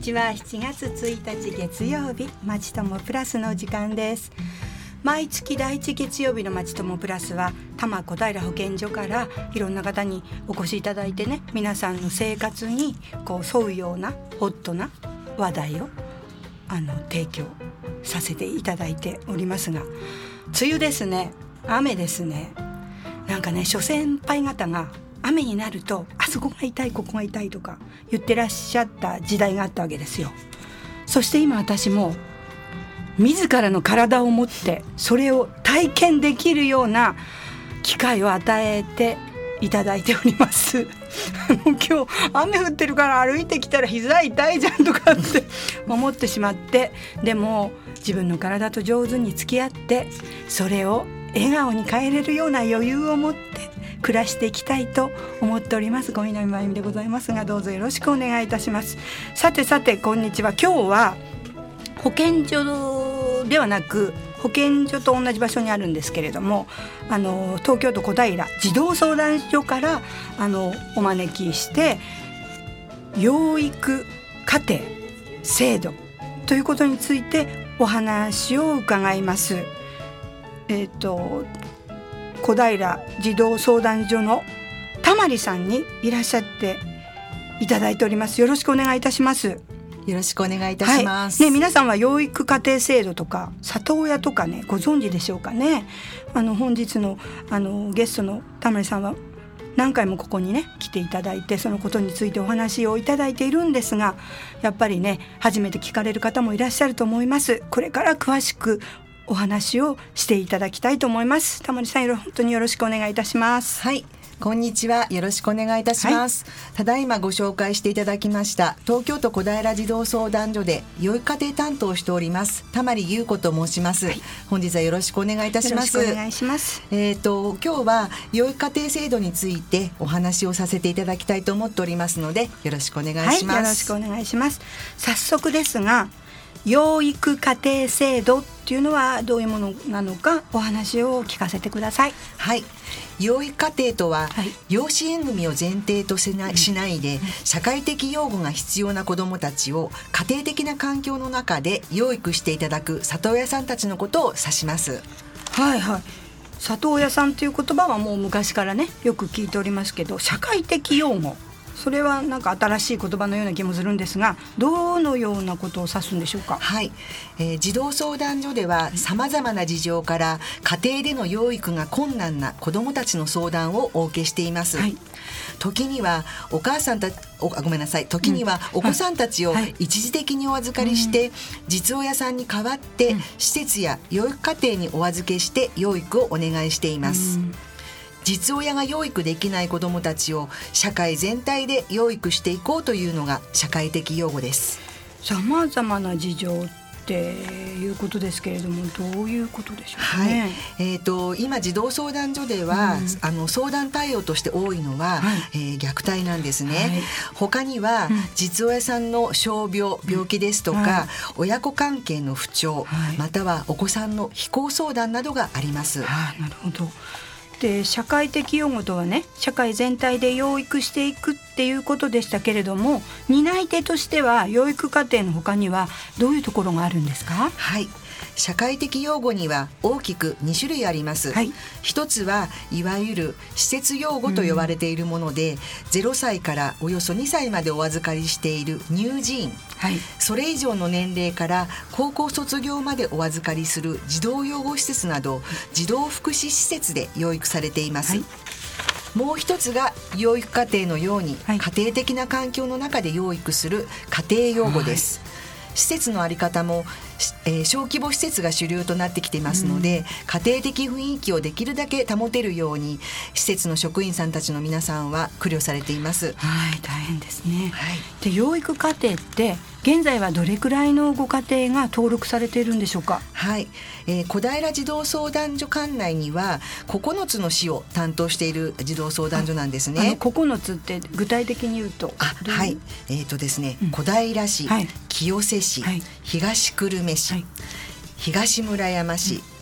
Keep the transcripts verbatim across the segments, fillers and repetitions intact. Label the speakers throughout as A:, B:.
A: ちは。しちがつついたち月曜日、まちともプラスの時間です。毎月だいいち月曜日のまちともプラスは多摩小平保健所からいろんな方にお越しいただいてね、皆さんの生活にこう沿うようなホットな話題をあの提供させていただいておりますが、梅雨ですね、雨ですね。なんかね、諸先輩方が雨になるとあそこが痛いここが痛いとか言ってらっしゃった時代があったわけですよ。そして今私も自らの体を持ってそれを体験できるような機会を与えていただいております今日雨降ってるから歩いてきたら膝痛いじゃんとかって思ってしまって、でも自分の体と上手に付き合ってそれを笑顔に変えれるような余裕を持って暮らしていきたいと思っております。小南真由美でございますが、どうぞよろしくお願いいたします。さてさて、こんにちは。今日は保健所ではなく保健所と同じ場所にあるんですけれども、あの東京都小平児童相談所からあのお招きして養育家庭制度ということについてお話を伺います。えーと小平児童相談所のたまりさんにいらっしゃっていただいております。よろしくお願いいたします。
B: よろしくお願いいたします、
A: はいね、皆さんは養育家庭制度とか里親とかね、ご存知でしょうかね。あの本日のあのゲストのたまりさんは何回もここにね来ていただいて、そのことについてお話をいただいているんですが、やっぱりね初めて聞かれる方もいらっしゃると思います。これから詳しくお話をしていただきたいと思います。たまりさん、本当によろしくお願いいたします。
B: はい、こんにちは。よろしくお願いいたします、はい、ただいまご紹介していただきました東京都小平児童相談所で養育家庭担当をしておりますたまりゆうこと申します、はい、本日はよろしくお願いいたします。
A: よろしくお願いします。
B: えーと、今日は養育家庭制度についてお話をさせていただきたいと思っておりますので、よろしくお願いします。
A: はい、よろしくお願いします。早速ですが、養育家庭制度っていうのはどういうものなのかお話を聞かせてください。
B: はい、養育家庭とは、はい、養子縁組を前提としな、しないで、うん、社会的養護が必要な子どもたちを家庭的な環境の中で養育していただく里親さんたちのことを指します。
A: はいはい、里親さんという言葉はもう昔からねよく聞いておりますけど、社会的養護、それはなんか新しい言葉のような気もするんですが、どのようなことを指すんでしょうか。
B: はい、えー、児童相談所ではさまざまな事情から家庭での養育が困難な子どもたちの相談をお受けしています、はい、時にはお母さんたおごめんなさい時にはお子さんたちを一時的にお預かりして、うん、実親さんに代わって施設や養育家庭にお預けして養育をお願いしています、うん。実親が養育できない子どもたちを社会全体で養育していこうというのが社会的養護です。
A: さまざまな事情っていうことですけれども、どういうことでしょうかね。
B: はい、えーと、今児童相談所では、うん、あの相談対応として多いのは、はい、えー、虐待なんですね、はい、他には、うん、実親さんの傷病、病気ですとか、うん、はい、親子関係の不調、はい、またはお子さんの非行相談などがあります。
A: はあ、なるほど。で、社会的養護とはね、社会全体で養育していくっていうことでしたけれども、担い手としては養育家庭の他にはどういうところがあるんですか。
B: はい、社会的養護には大きくに種類あります、はい、一つはいわゆる施設養護と呼ばれているもので、うん、ゼロさいからおよそにさいまでお預かりしている乳児院、はい、それ以上の年齢から高校卒業までお預かりする児童養護施設など児童福祉施設で養育されています、はい。もう一つが養育家庭のように家庭的な環境の中で養育する家庭養護です、はい。施設の在り方も、えー、小規模施設が主流となってきていますので、うん、家庭的雰囲気をできるだけ保てるように施設の職員さんたちの皆さんは苦慮されています。
A: はい、大変ですね、はい。で、養育家庭って現在はどれくらいのご家庭が登録されているんでしょうか。
B: はい、えー、小平児童相談所管内にはここのつの市を担当している児童相談所なんですね。
A: あのここのつって具体的に言うと。
B: あ、はい、えーとですね、うん、小平市、はい、清瀬市、はい、東久留米市、はい、東村山市、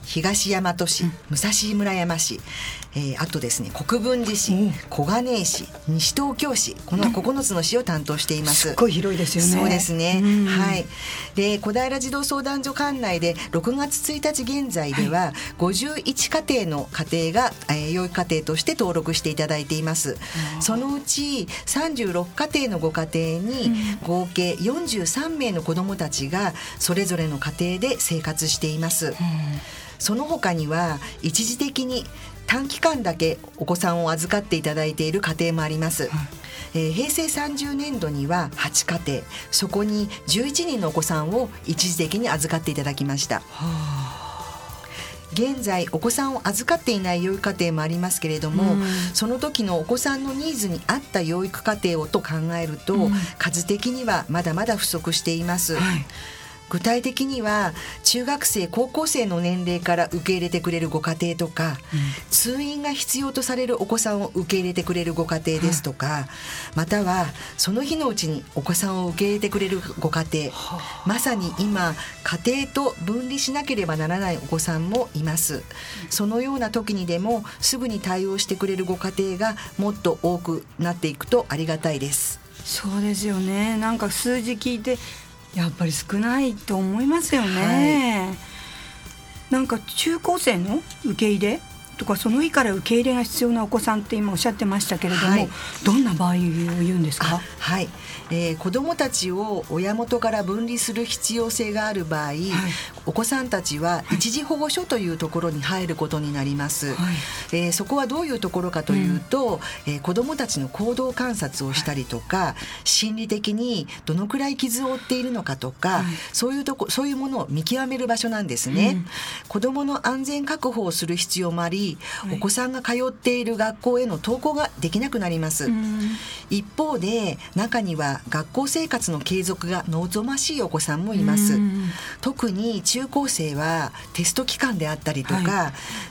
B: 東大和市、うん、武蔵村山市、えー、あとですね国分寺市、小金井市、西東京市、このここのつの市を担当しています。
A: すっごい広いですよね。
B: そうですね、うん、はい。で小平児童相談所管内でろくがつついたち現在では、はい、ごじゅういちかていの家庭が、えー、養育家庭として登録していただいています。そのうちさんじゅうろくかていのご家庭に合計よんじゅうさんめいの子どもたちがそれぞれの家庭で生活しています。うん、その他には一時的に短期間だけお子さんを預かっていただいている家庭もあります。うんえー、へいせいさんじゅうねんどにははちかてい、そこにじゅういちにんのお子さんを一時的に預かっていただきました。はあ、現在お子さんを預かっていない養育家庭もありますけれども、うん、その時のお子さんのニーズに合った養育家庭をと考えると、うん、数的にはまだまだ不足しています。はい、具体的には中学生高校生の年齢から受け入れてくれるご家庭とか、うん、通院が必要とされるお子さんを受け入れてくれるご家庭ですとか、うん、またはその日のうちにお子さんを受け入れてくれるご家庭、まさに今家庭と分離しなければならないお子さんもいます。そのような時にでもすぐに対応してくれるご家庭がもっと多くなっていくとありがたいです。
A: そうですよね。なんか数字聞いてやっぱり少ないと思いますよね。はい、なんか中高生の受け入れとかその日から受け入れが必要なお子さんって今おっしゃってましたけれども、はい、どんな場合を言うんですか？
B: はい、えー、子どもたちを親元から分離する必要性がある場合、はい、お子さんたちは一時保護所というところに入ることになります。はい、えー、そこはどういうところかというと、うん、えー、子どもたちの行動観察をしたりとか、はい、心理的にどのくらい傷を負っているのかとか、はい、そういうとこそういうものを見極める場所なんですね。うん、子どもの安全確保をする必要もあり、はい、お子さんが通っている学校への登校ができなくなります。うん、一方で中には学校生活の継続が望ましいお子さんもいます。うん、特に中高生はテスト期間であったりとか、はい、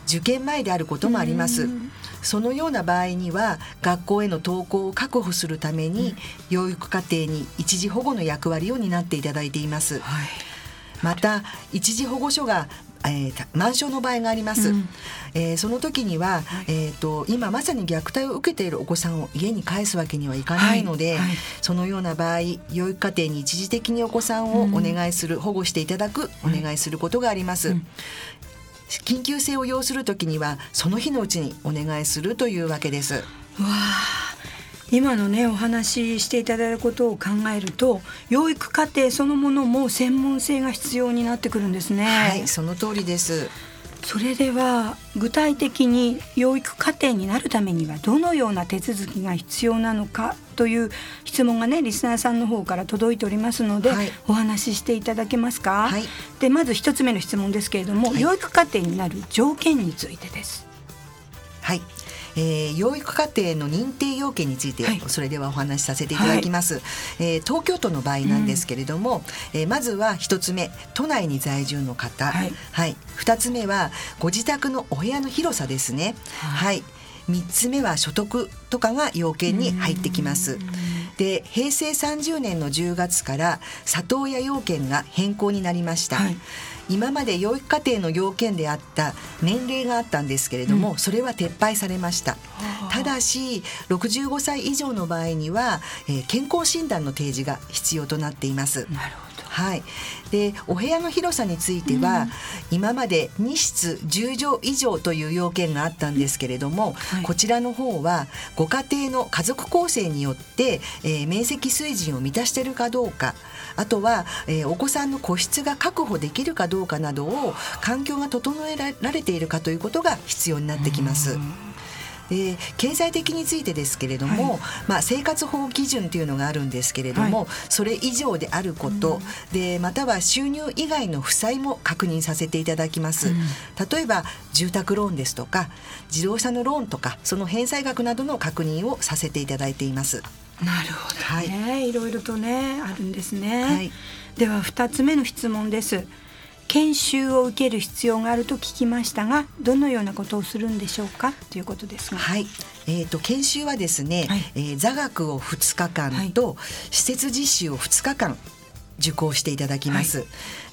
B: 受験前であることもあります。うん、そのような場合には学校への登校を確保するために、うん、養育家庭に一時保護の役割を担っていただいています。はい、また一時保護所がえー、満床の場合があります。うん、えー、その時には、はい、えー、と今まさに虐待を受けているお子さんを家に帰すわけにはいかないので、はいはい、そのような場合養育家庭に一時的にお子さんをお願いする、うん、保護していただくお願いすることがあります。うん、緊急性を要する時にはその日のうちにお願いするというわけです。
A: わあ、今のねお話ししていただいたことを考えると養育家庭そのものも専門性が必要になってくるんですね。
B: はい、その通りです。
A: それでは具体的に養育家庭になるためにはどのような手続きが必要なのかという質問がねリスナーさんの方から届いておりますので、はい、お話ししていただけますか？はい、でまず一つ目の質問ですけれども、はい、養育家庭になる条件についてです。
B: はい、えー、養育家庭の認定要件について、はい、それではお話しさせていただきます。はい、えー、東京都の場合なんですけれども、うん、えー、まずは一つ目都内に在住の方、はい、はい、二つ目はご自宅のお部屋の広さですね。はい、はい、三つ目は所得とかが要件に入ってきます。でへいせいさんじゅうねんのじゅうがつから里親要件が変更になりました。はい、今まで養育家庭の要件であった年齢があったんですけれども、うん、それは撤廃されました。ただしろくじゅうごさい以上の場合には、えー、健康診断の提示が必要となっています。
A: なるほど。
B: はい、でお部屋の広さについては、うん、今までに室じゅうじょう以上という要件があったんですけれども、はい、こちらの方はご家庭の家族構成によって、えー、面積水準を満たしているかどうか、あとは、えー、お子さんの個室が確保できるかどうかなどを環境が整えられているかということが必要になってきます。うん、で経済的についてですけれども、はい、まあ、生活保護基準というのがあるんですけれども、はい、それ以上であること、うん、でまたは収入以外の負債も確認させていただきます。うん、例えば住宅ローンですとか自動車のローンとかその返済額などの確認をさせていただいています。
A: なるほどね、はい、いろいろとねあるんですね。はい、ではふたつめの質問です。研修を受ける必要があると聞きましたが、どのようなことをするんでしょうかということですが。
B: はい、えー、と研修はですね、はい、えー、座学をふつかかんと、はい、施設実習をふつかかん受講していただきます、はい、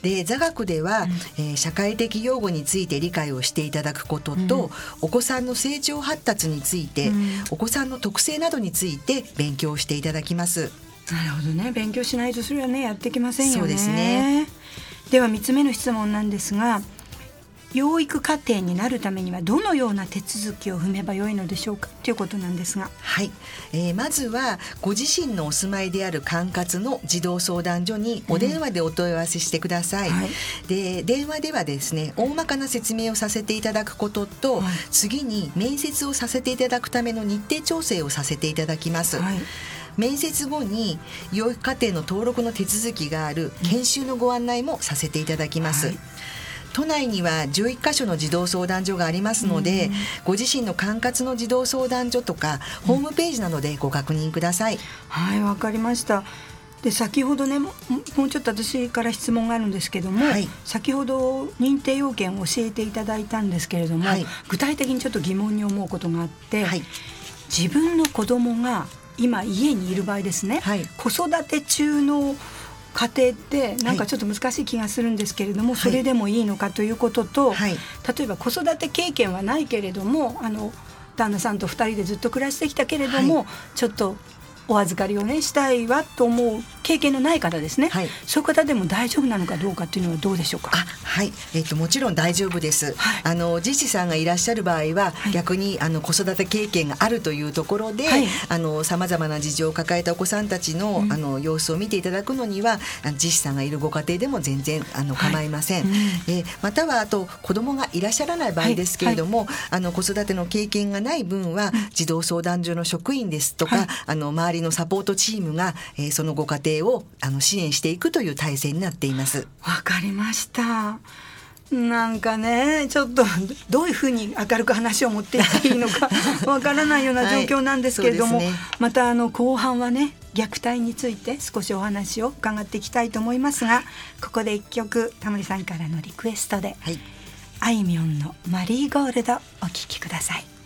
B: で座学では、うんえー、社会的養護について理解をしていただくことと、うん、お子さんの成長発達について、うん、お子さんの特性などについて勉強していただきます。
A: なるほどね、勉強しないとそれはねやってきませんよね。
B: そうですね。
A: ではみっつめの質問なんですが、養育家庭になるためにはどのような手続きを踏めばよいのでしょうかということなんですが、
B: はい、えー、まずはご自身のお住まいである管轄の児童相談所にお電話でお問い合わせしてください、うんはい、で電話ではですね大まかな説明をさせていただくことと、はい、次に面接をさせていただくための日程調整をさせていただきます、はい。面接後に養育家庭の登録の手続きがある研修のご案内もさせていただきます、はい。都内にはじゅういっかしょの児童相談所がありますので、ご自身の管轄の児童相談所とかホームページなどでご確認ください。
A: はい、わかりました。で先ほどねもうちょっと私から質問があるんですけども、はい、先ほど認定要件を教えていただいたんですけれども、はい、具体的にちょっと疑問に思うことがあって、はい、自分の子供が今家にいる場合ですね、はい、子育て中の家庭ってなんかちょっと難しい気がするんですけれども、はい、それでもいいのかということと、はい、例えば子育て経験はないけれどもあの旦那さんとふたりでずっと暮らしてきたけれども、はい、ちょっとお預かりをねしたいわと思う経験のない方ですね、はい、そういう方でも大丈夫なのかどうかというのはどうでしょうか。
B: あ、はい、えーと、もちろん大丈夫です、はい、あの実子さんがいらっしゃる場合は、はい、逆にあの子育て経験があるというところで、はい、あの様々な事情を抱えたお子さんたち の,、うん、あの様子を見ていただくのには実子さんがいるご家庭でも全然あの構いません、はいうんえー、またはあと子供がいらっしゃらない場合ですけれども、はいはい、あの子育ての経験がない分は、うん、児童相談所の職員ですとか、はい、あの周りのサポートチームが、えー、そのご家庭をあの支援していくという体制になっています。
A: わかりました。なんかねちょっとどういうふうに明るく話を持っていっていいのかわからないような状況なんですけれども、はいね、またあの後半はね虐待について少しお話を伺っていきたいと思いますが、ここで一曲タモリさんからのリクエストで、はい、あいみょんのマリーゴールドお聴きください。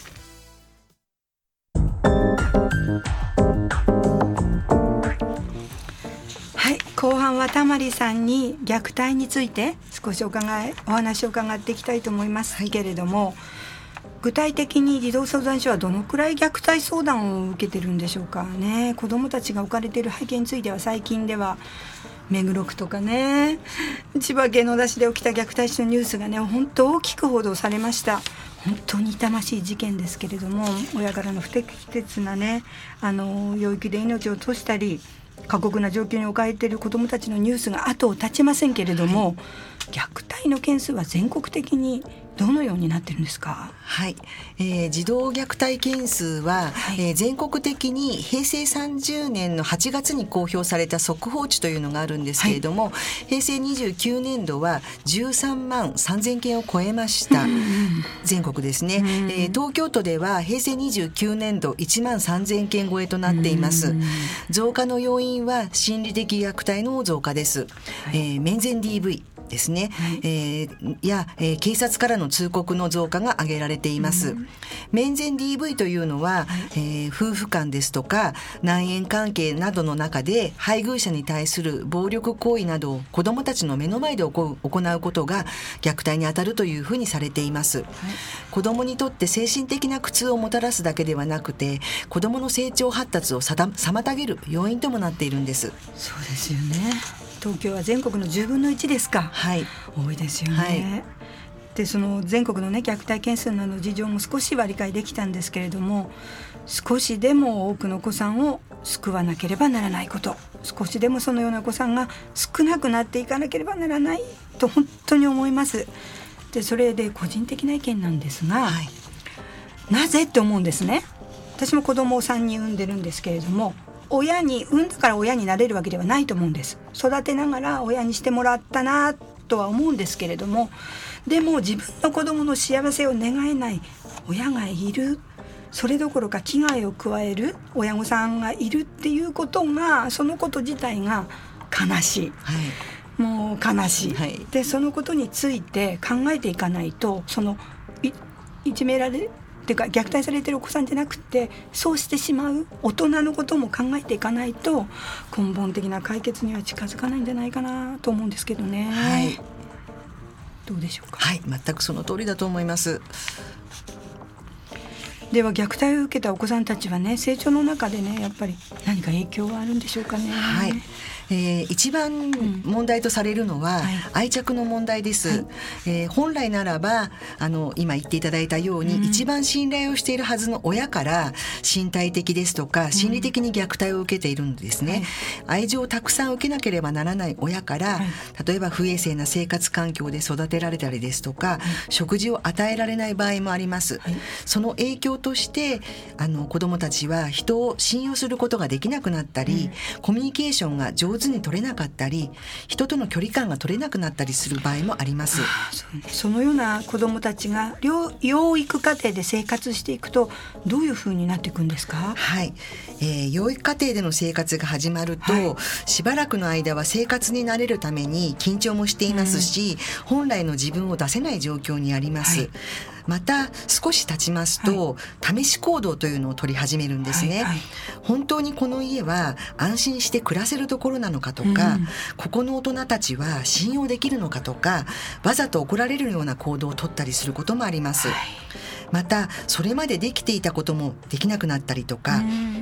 A: 後半はたまりさんに虐待について少しお伺いお話を伺っていきたいと思いますけれども、はい、具体的に児童相談所はどのくらい虐待相談を受けてるんでしょうかね。子どもたちが置かれている背景については最近では目黒区とかね千葉県野田市で起きた虐待死のニュースがね本当大きく報道されました。本当に痛ましい事件ですけれども、親からの不適切なねあの養育で命を落としたり過酷な状況に置かれている子どもたちのニュースが後を絶ちませんけれども、はい、虐待の件数は全国的にどのようになってるんですか。
B: はい、えー、児童虐待件数は、はい、えー、全国的にへいせいさんじゅうねんのはちがつに公表された速報値というのがあるんですけれども、はい、へいせいにじゅうきゅうねんどはじゅうさんまんさんぜんけんを超えました、うん、全国ですね、うん、えー、東京都ではへいせいにじゅうきゅうねんどいちまんさんぜんけん超えとなっています、うん、増加の要因は心理的虐待の増加です、はい、えー、面前 ディーブイですね、はい、えー、や、えー、警察からの通告の増加が挙げられています、うん、面前 ディーブイ というのは、はい、えー、夫婦間ですとか内縁関係などの中で配偶者に対する暴力行為などを子どもたちの目の前で行うことが虐待に当たるというふうにされています、はい、子どもにとって精神的な苦痛をもたらすだけではなくて子どもの成長発達を妨げる要因ともなっているんです。
A: そうですよね。東京は全国のじゅうぶんのいちですか、はい、多いですよね、はい、でその全国の、ね、虐待件数などの事情も少しは理解できたんですけれども、少しでも多くのお子さんを救わなければならないこと、少しでもそのようなお子さんが少なくなっていかなければならないと本当に思います。でそれで個人的な意見なんですが、はい、なぜって思うんですね。私も子供をさんにん産んでるんですけれども、親に産んだから親になれるわけではないと思うんです。育てながら親にしてもらったなとは思うんですけれども、でも自分の子供の幸せを願えない親がいる、それどころか危害を加える親御さんがいるっていうことが、そのこと自体が悲しい、はい、もう悲しい、はい、でそのことについて考えていかないと、その い, いじめられっていうか虐待されてるお子さんじゃなくて、そうしてしまう大人のことも考えていかないと根本的な解決には近づかないんじゃないかなと思うんですけどね。
B: はい、
A: どうでしょうか。
B: はい、全くその通りだと思います。
A: では虐待を受けたお子さんたちはね、成長の中でねやっぱり何か影響はあるんでしょうかね。
B: はい、えー、一番問題とされるのは、うん、はい、愛着の問題です、はい、えー、本来ならばあの今言っていただいたように、うん、一番信頼をしているはずの親から身体的ですとか心理的に虐待を受けているんですね、うん、愛情をたくさん受けなければならない親から、はい、例えば不衛生な生活環境で育てられたりですとか、はい、食事を与えられない場合もあります、はい、その影響としてあの子どもたちは人を信用することができなくなったり、うん、コミュニケーションが上手に取れなかったり、人との距離感が取れなくなったりする場合もあります。
A: そのような子どもたちが養育家庭で生活していくとどういうふうになっていくんですか。
B: はい、えー、養育家庭での生活が始まると、はい、しばらくの間は生活に慣れるために緊張もしていますし、うん、本来の自分を出せない状況にあります、はい、また少し経ちますと、はい、試し行動というのを取り始めるんですね、はいはい、本当にこの家は安心して暮らせるところなのかとか、うん、ここの大人たちは信用できるのかとか、わざと怒られるような行動を取ったりすることもあります、はい、またそれまでできていたこともできなくなったりとか、うん、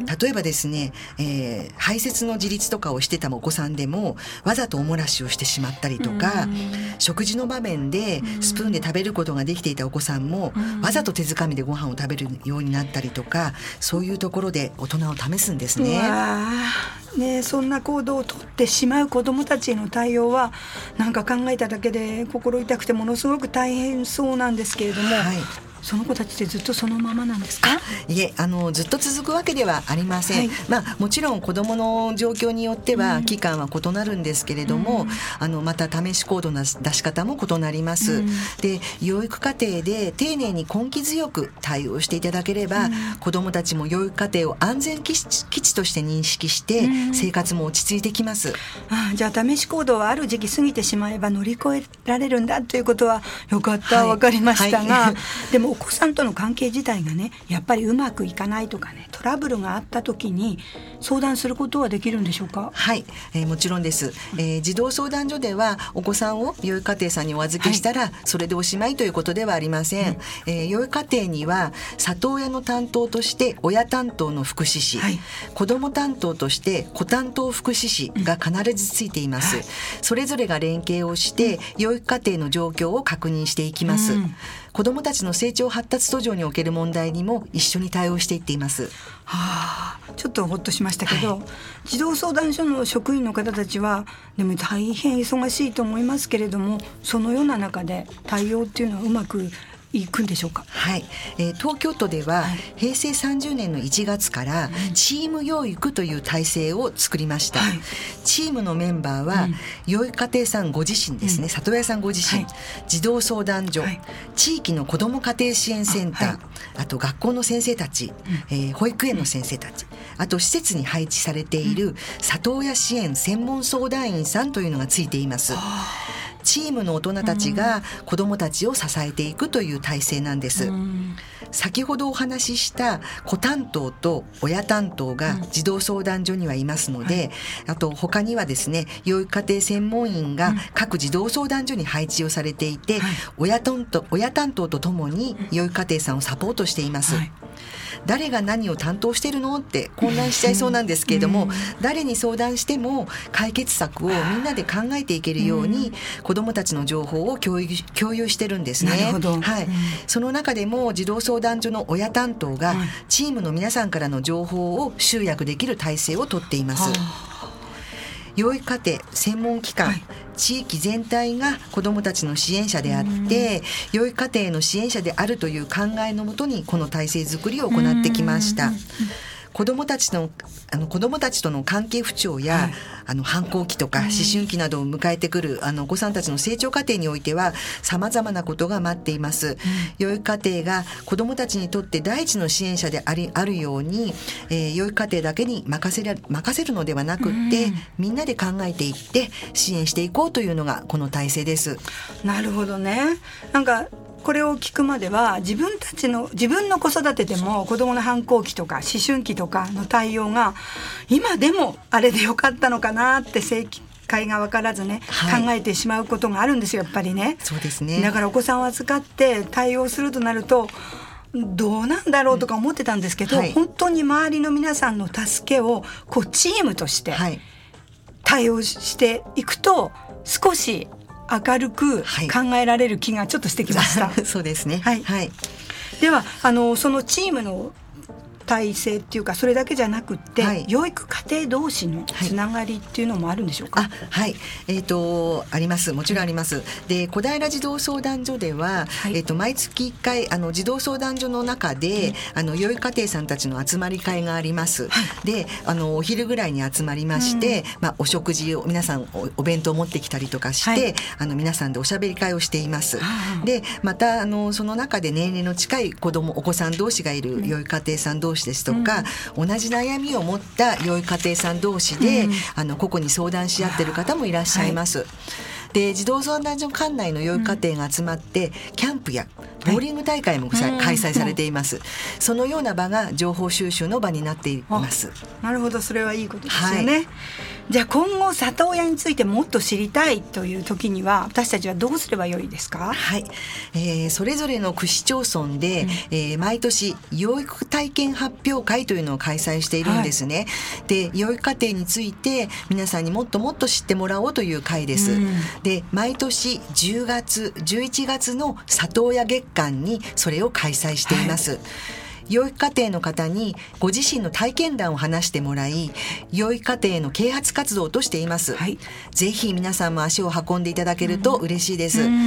B: 例えばですね、えー、排泄の自立とかをしてたお子さんでもわざとおもらしをしてしまったりとか、うん、食事の場面でスプーンで食べることができていたお子さんも、うん、わざと手づかみでご飯を食べるようになったりとか、そういうところで大人を試すんですね。
A: ね、そんな行動をとってしまう子どもたちへの対応はなんか考えただけで心痛くてものすごく大変そうなんですけれども、はい、その子たちってずっとそのままなんですか。
B: いえ、あのずっと続くわけではありません、はい、まあ、もちろん子どもの状況によっては期間は異なるんですけれども、うん、あのまた試し行動の出し方も異なります、うん、で養育家庭で丁寧に根気強く対応していただければ、うん、子どもたちも養育家庭を安全基地、基地として認識して生活も落ち着いてきます、うん、
A: ああ、じゃあ試し行動はある時期過ぎてしまえば乗り越えられるんだということはよかった、はい、分かりましたが、はい、でもお子さんとの関係自体がねやっぱりうまくいかないとかね、トラブルがあった時に相談することはできるんでしょうか。
B: はい、えー、もちろんです、えー、児童相談所ではお子さんを養育家庭さんにお預けしたらそれでおしまいということではありません、はい、えー、養育家庭には里親の担当として親担当の福祉士、はい、子ども担当として子担当福祉士が必ずついています、うん、はい、それぞれが連携をして養育家庭の状況を確認していきます、うん、子どもたちの成長発達途上における問題にも一緒に対応していっています。
A: はあ、ちょっとほっとしましたけど、はい、児童相談所の職員の方たちはでも大変忙しいと思いますけれども、そのような中で対応っていうのはうまくいくんでしょうか。
B: はい、えー、東京都では、はい、へいせいさんじゅうねんのいちがつからチーム養育という体制を作りました、はい、チームのメンバーは、うん、養育家庭さんご自身ですね、うん、里親さんご自身、はい、児童相談所、はい、地域の子ども家庭支援センター、あ、はい、あと学校の先生たち、うん、えー、保育園の先生たち、あと施設に配置されている里親支援専門相談員さんというのがついています、うん、チームの大人たちが子どもたちを支えていくという体制なんです、うん、先ほどお話しした子担当と親担当が児童相談所にはいますので、うん、あと他にはですね、養育家庭専門員が各児童相談所に配置をされていて、うん、親担当、親担当とともに養育家庭さんをサポートしています、はい、誰が何を担当してるのって混乱しちゃいそうなんですけれども、うん、誰に相談しても解決策をみんなで考えていけるように、うん、子どもたちの情報を共有、共有してるんですね。
A: なるほど、
B: はい、うん、その中でも児童相談所の親担当がチームの皆さんからの情報を集約できる体制をとっています、はあ、養育家庭専門機関、はい、地域全体が子どもたちの支援者であって養育家庭の支援者であるという考えのもとにこの体制づくりを行ってきました。子どもたちの、あの子どもたちとの関係不調や、はい、あの反抗期とか思春期などを迎えてくるあのお子さんたちの成長過程においては様々なことが待っています、うん、養育家庭が子どもたちにとって第一の支援者であり、あるように、えー、養育家庭だけに任せら、任せるのではなくって、うん、みんなで考えていって支援していこうというのがこの体制です。
A: なるほどね。なんかこれを聞くまでは自分たちの自分の子育てでも子どもの反抗期とか思春期とかの対応が今でもあれでよかったのかなって正解が分からずね、はい、考えてしまうことがあるんですよやっぱりね。
B: そうですね。
A: だからお子さんを預かって対応するとなるとどうなんだろうとか思ってたんですけど、はい、本当に周りの皆さんの助けをこうチームとして対応していくと少し明るく考えられる気がちょっとしてきました、
B: はい、そうですね、
A: はいはい、ではあのそのチームの体制っていうかそれだけじゃなくって、はい、養育家庭同士のつながりっていうのもあるんでしょうか。
B: はい、あ、はい、えーと、あります。もちろんあります。で、小平児童相談所では、はい、えーと、毎月いっかいあの児童相談所の中で、うん、あの養育家庭さんたちの集まり会があります、はい、で、あのお昼ぐらいに集まりまして、うん、まあ、お食事を皆さん お, お弁当を持ってきたりとかして、はい、あの皆さんでおしゃべり会をしています、はい、でまたあのその中で年齢の近い子どもお子さん同士がいる養育家庭さん同士ですとか、うん、同じ悩みを持った養育家庭さん同士で、うん、あの個々に相談し合ってる方もいらっしゃいます、はい、で児童相談所管内の養育家庭が集まって、うん、キャンプやボーリング大会も、はい、開催されています、うん、そのような場が情報収集の場になっています。
A: なるほど、それはいいことですよね、はい、じゃあ今後里親についてもっと知りたいという時には私たちはどうすればよいですか。
B: はい、えー、それぞれの区市町村で、うん、えー、毎年養育体験発表会というのを開催しているんですね、はい、で養育家庭について皆さんにもっともっと知ってもらおうという会です、うん、で毎年じゅうがつじゅういちがつの里親月間にそれを開催しています、はい、養育家庭の方にご自身の体験談を話してもらい養育家庭の啓発活動としています、はい、ぜひ皆さんも足を運んでいただけると嬉しいです、うん、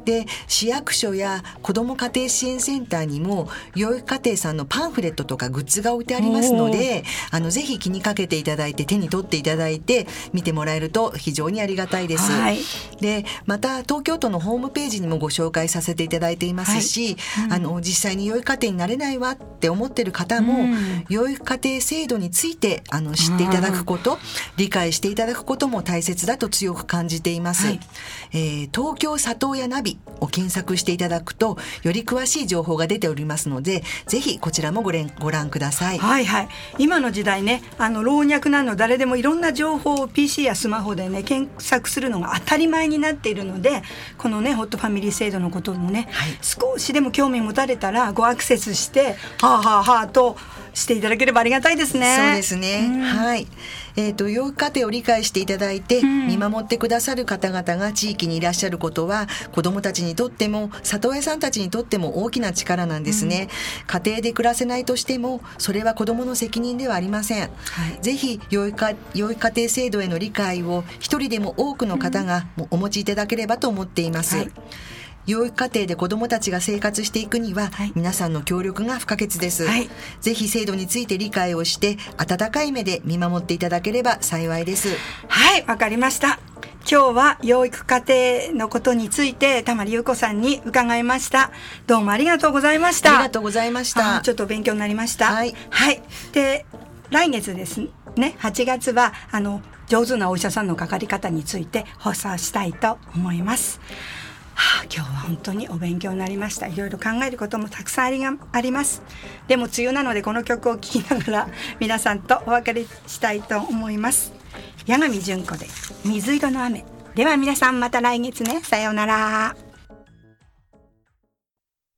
B: で市役所や子ども家庭支援センターにも養育家庭さんのパンフレットとかグッズが置いてありますのであのぜひ気にかけていただいて手に取っていただいて見てもらえると非常にありがたいです、はい、でまた東京都のホームページにもご紹介させていただいていますし、はい、うん、あの実際に養育家庭になれないわって思っている方も、うん、養育家庭制度についてあの知っていただくこと理解していただくことも大切だと強く感じています、はい、えー、東京里親ナビを検索していただくとより詳しい情報が出ておりますのでぜひこちらも ご, ご覧ください。
A: はいはい、今の時代ねあの老若男女誰でもいろんな情報を ピーシー やスマホでね検索するのが当たり前になっているのでこのねホットファミリー制度のこともね、はい、少しでも興味持たれたらごアクセスしてはあはあはあとしていただければありがたいですね。
B: そうですね、うん、はい、えーと、養育家庭を理解していただいて見守ってくださる方々が地域にいらっしゃることは子どもたちにとっても里親さんたちにとっても大きな力なんですね、うん、家庭で暮らせないとしてもそれは子どもの責任ではありません、はい、ぜひ養育家、養育家庭制度への理解を一人でも多くの方がお持ちいただければと思っています、はい、養育家庭で子どもたちが生活していくには、はい、皆さんの協力が不可欠です、はい、ぜひ制度について理解をして温かい目で見守っていただければ幸いです。
A: はい、わかりました。今日は養育家庭のことについて玉利優子さんに伺いました。どうもありがとうございました。
B: ありがとうございました。
A: ちょっと勉強になりました。
B: はい、
A: はい、で来月ですねはちがつはあの上手なお医者さんのかかり方について放送したいと思います。はあ、今日は本当にお勉強になりました。いろいろ考えることもたくさんありがあります。でも梅雨なのでこの曲を聴きながら皆さんとお別れしたいと思います。八神純子で水色の雨。では皆さんまた来月ね。さようなら。